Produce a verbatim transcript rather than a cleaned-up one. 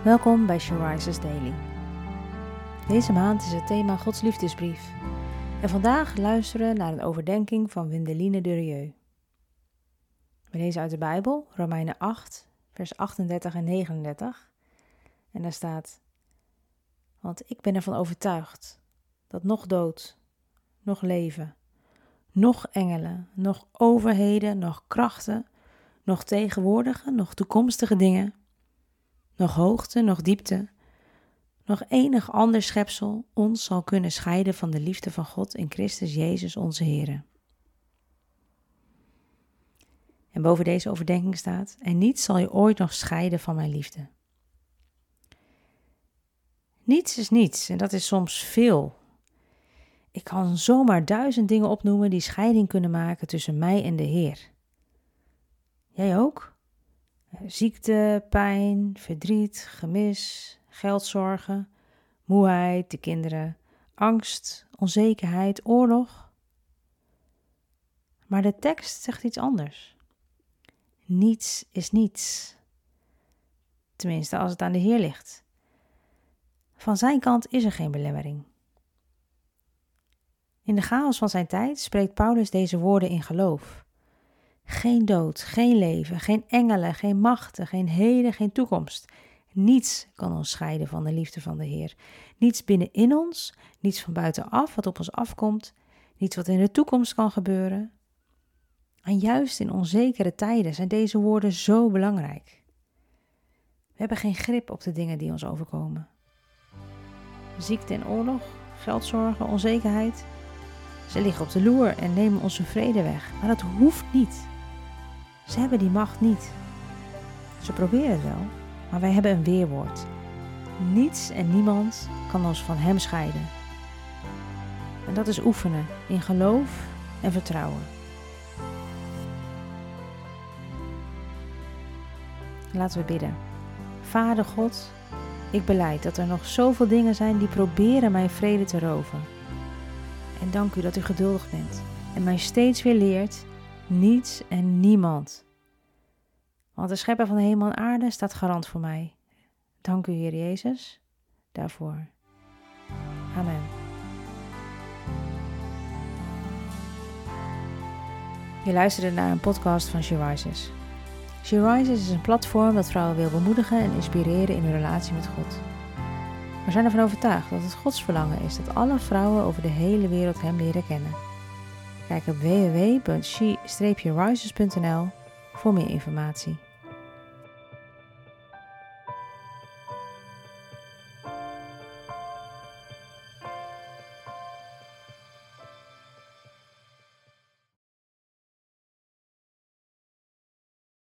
Welkom bij She Rises Daily. Deze maand is het thema Gods liefdesbrief. En vandaag luisteren we naar een overdenking van Wendeline Durieux. We lezen uit de Bijbel, Romeinen acht, vers achtendertig en negenendertig. En daar staat: Want ik ben ervan overtuigd dat nog dood, nog leven, nog engelen, nog overheden, nog krachten, nog tegenwoordige, nog toekomstige dingen, nog hoogte, nog diepte, nog enig ander schepsel ons zal kunnen scheiden van de liefde van God in Christus Jezus onze Heer. En boven deze overdenking staat: en niets zal je ooit nog scheiden van mijn liefde. Niets is niets en dat is soms veel. Ik kan zomaar duizend dingen opnoemen die scheiding kunnen maken tussen mij en de Heer. Jij ook? Ziekte, pijn, verdriet, gemis, geldzorgen, moeheid, de kinderen, angst, onzekerheid, oorlog. Maar de tekst zegt iets anders. Niets is niets. Tenminste, als het aan de Heer ligt. Van zijn kant is er geen belemmering. In de chaos van zijn tijd spreekt Paulus deze woorden in geloof. Geen dood, geen leven, geen engelen, geen machten, geen heden, geen toekomst. Niets kan ons scheiden van de liefde van de Heer. Niets binnenin ons, niets van buitenaf wat op ons afkomt, niets wat in de toekomst kan gebeuren. En juist in onzekere tijden zijn deze woorden zo belangrijk. We hebben geen grip op de dingen die ons overkomen. Ziekte en oorlog, geldzorgen, onzekerheid. Ze liggen op de loer en nemen onze vrede weg. Maar dat hoeft niet. Ze hebben die macht niet. Ze proberen het wel, maar wij hebben een weerwoord. Niets en niemand kan ons van hem scheiden. En dat is oefenen in geloof en vertrouwen. Laten we bidden. Vader God, ik belijd dat er nog zoveel dingen zijn die proberen mijn vrede te roven. En dank u dat u geduldig bent en mij steeds weer leert, niets en niemand. Want de schepper van de hemel en aarde staat garant voor mij. Dank u, Heer Jezus, daarvoor. Amen. Je luisterde naar een podcast van She Rises. She Rises is een platform dat vrouwen wil bemoedigen en inspireren in hun relatie met God. We zijn ervan overtuigd dat het Gods verlangen is dat alle vrouwen over de hele wereld hem leren kennen. Kijk op w w w punt she rises punt n l voor meer informatie.